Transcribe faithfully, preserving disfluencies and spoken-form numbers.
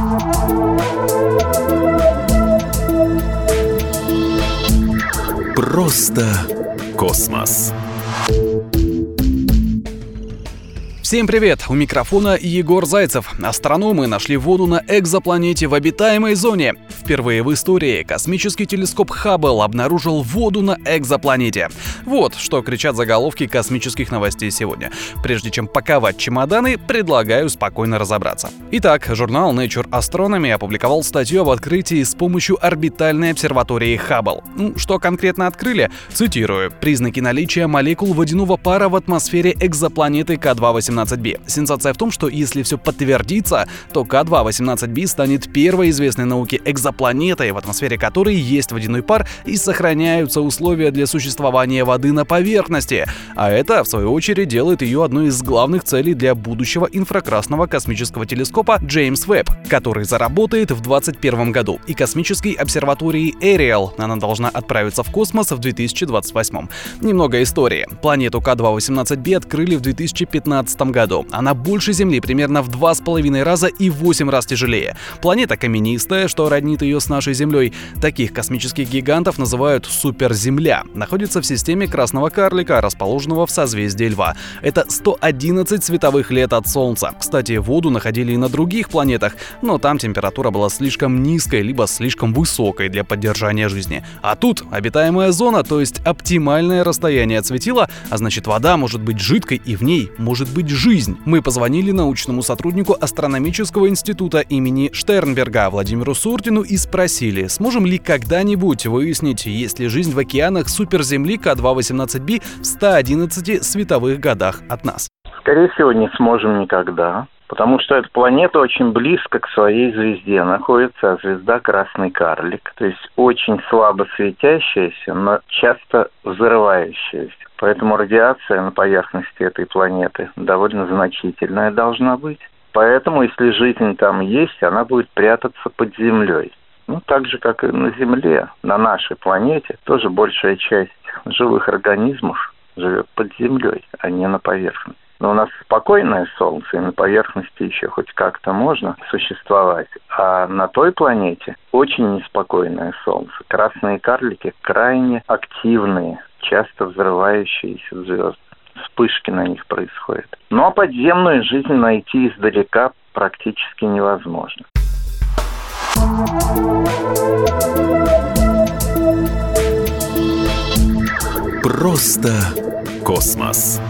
Просто космос. Всем привет! У микрофона Егор Зайцев. Астрономы нашли воду на экзопланете в обитаемой зоне. Впервые в истории космический телескоп Хаббл обнаружил воду на экзопланете. Вот что кричат заголовки космических новостей сегодня. Прежде чем паковать чемоданы, предлагаю спокойно разобраться. Итак, журнал Nature Astronomy опубликовал статью об открытии с помощью орбитальной обсерватории Хаббл. Ну, что конкретно открыли? Цитирую. Признаки наличия молекул водяного пара в атмосфере экзопланеты К два восемнадцать би. Сенсация в том, что если все подтвердится, то К два восемнадцать би станет первой известной науке экзопланетой, в атмосфере которой есть водяной пар и сохраняются условия для существования воды на поверхности. А это, в свою очередь, делает ее одной из главных целей для будущего инфракрасного космического телескопа Джеймс Вебб, который заработает в двадцать первом году, и космической обсерватории Эриэл. Она должна отправиться в космос в две тысячи двадцать восьмом. Немного истории. Планету К два восемнадцать би открыли в две тысячи пятнадцатом году. Она больше Земли примерно в два с половиной раза и восемь раз тяжелее. Планета каменистая, что роднит ее с нашей Землей. Таких космических гигантов называют суперземля. Находится в системе Красного Карлика, расположенного в созвездии Льва. Это сто одиннадцать световых лет от Солнца. Кстати, воду находили и на других планетах, но там температура была слишком низкой, либо слишком высокой для поддержания жизни. А тут обитаемая зона, то есть оптимальное расстояние от светила, а значит, вода может быть жидкой и в ней может быть жизнь. Мы позвонили научному сотруднику Астрономического института имени Штернберга Владимиру Суртину и спросили, сможем ли когда-нибудь выяснить, есть ли жизнь в океанах суперземли К два восемнадцать би в ста одиннадцати световых годах от нас. Скорее всего, не сможем никогда, потому что эта планета очень близко к своей звезде находится, а звезда Красный Карлик, то есть очень слабо светящаяся, но часто взрывающаяся. Поэтому радиация на поверхности этой планеты довольно значительная должна быть. Поэтому, если жизнь там есть, она будет прятаться под землей. Ну, так же, как и на Земле, на нашей планете, тоже большая часть живых организмов живет под землей, а не на поверхности. Но у нас спокойное Солнце, и на поверхности еще хоть как-то можно существовать. А на той планете очень неспокойное Солнце. Красные карлики крайне активные, часто взрывающиеся звезды. Вспышки на них происходят. Но подземную жизнь найти издалека практически невозможно. Просто космос.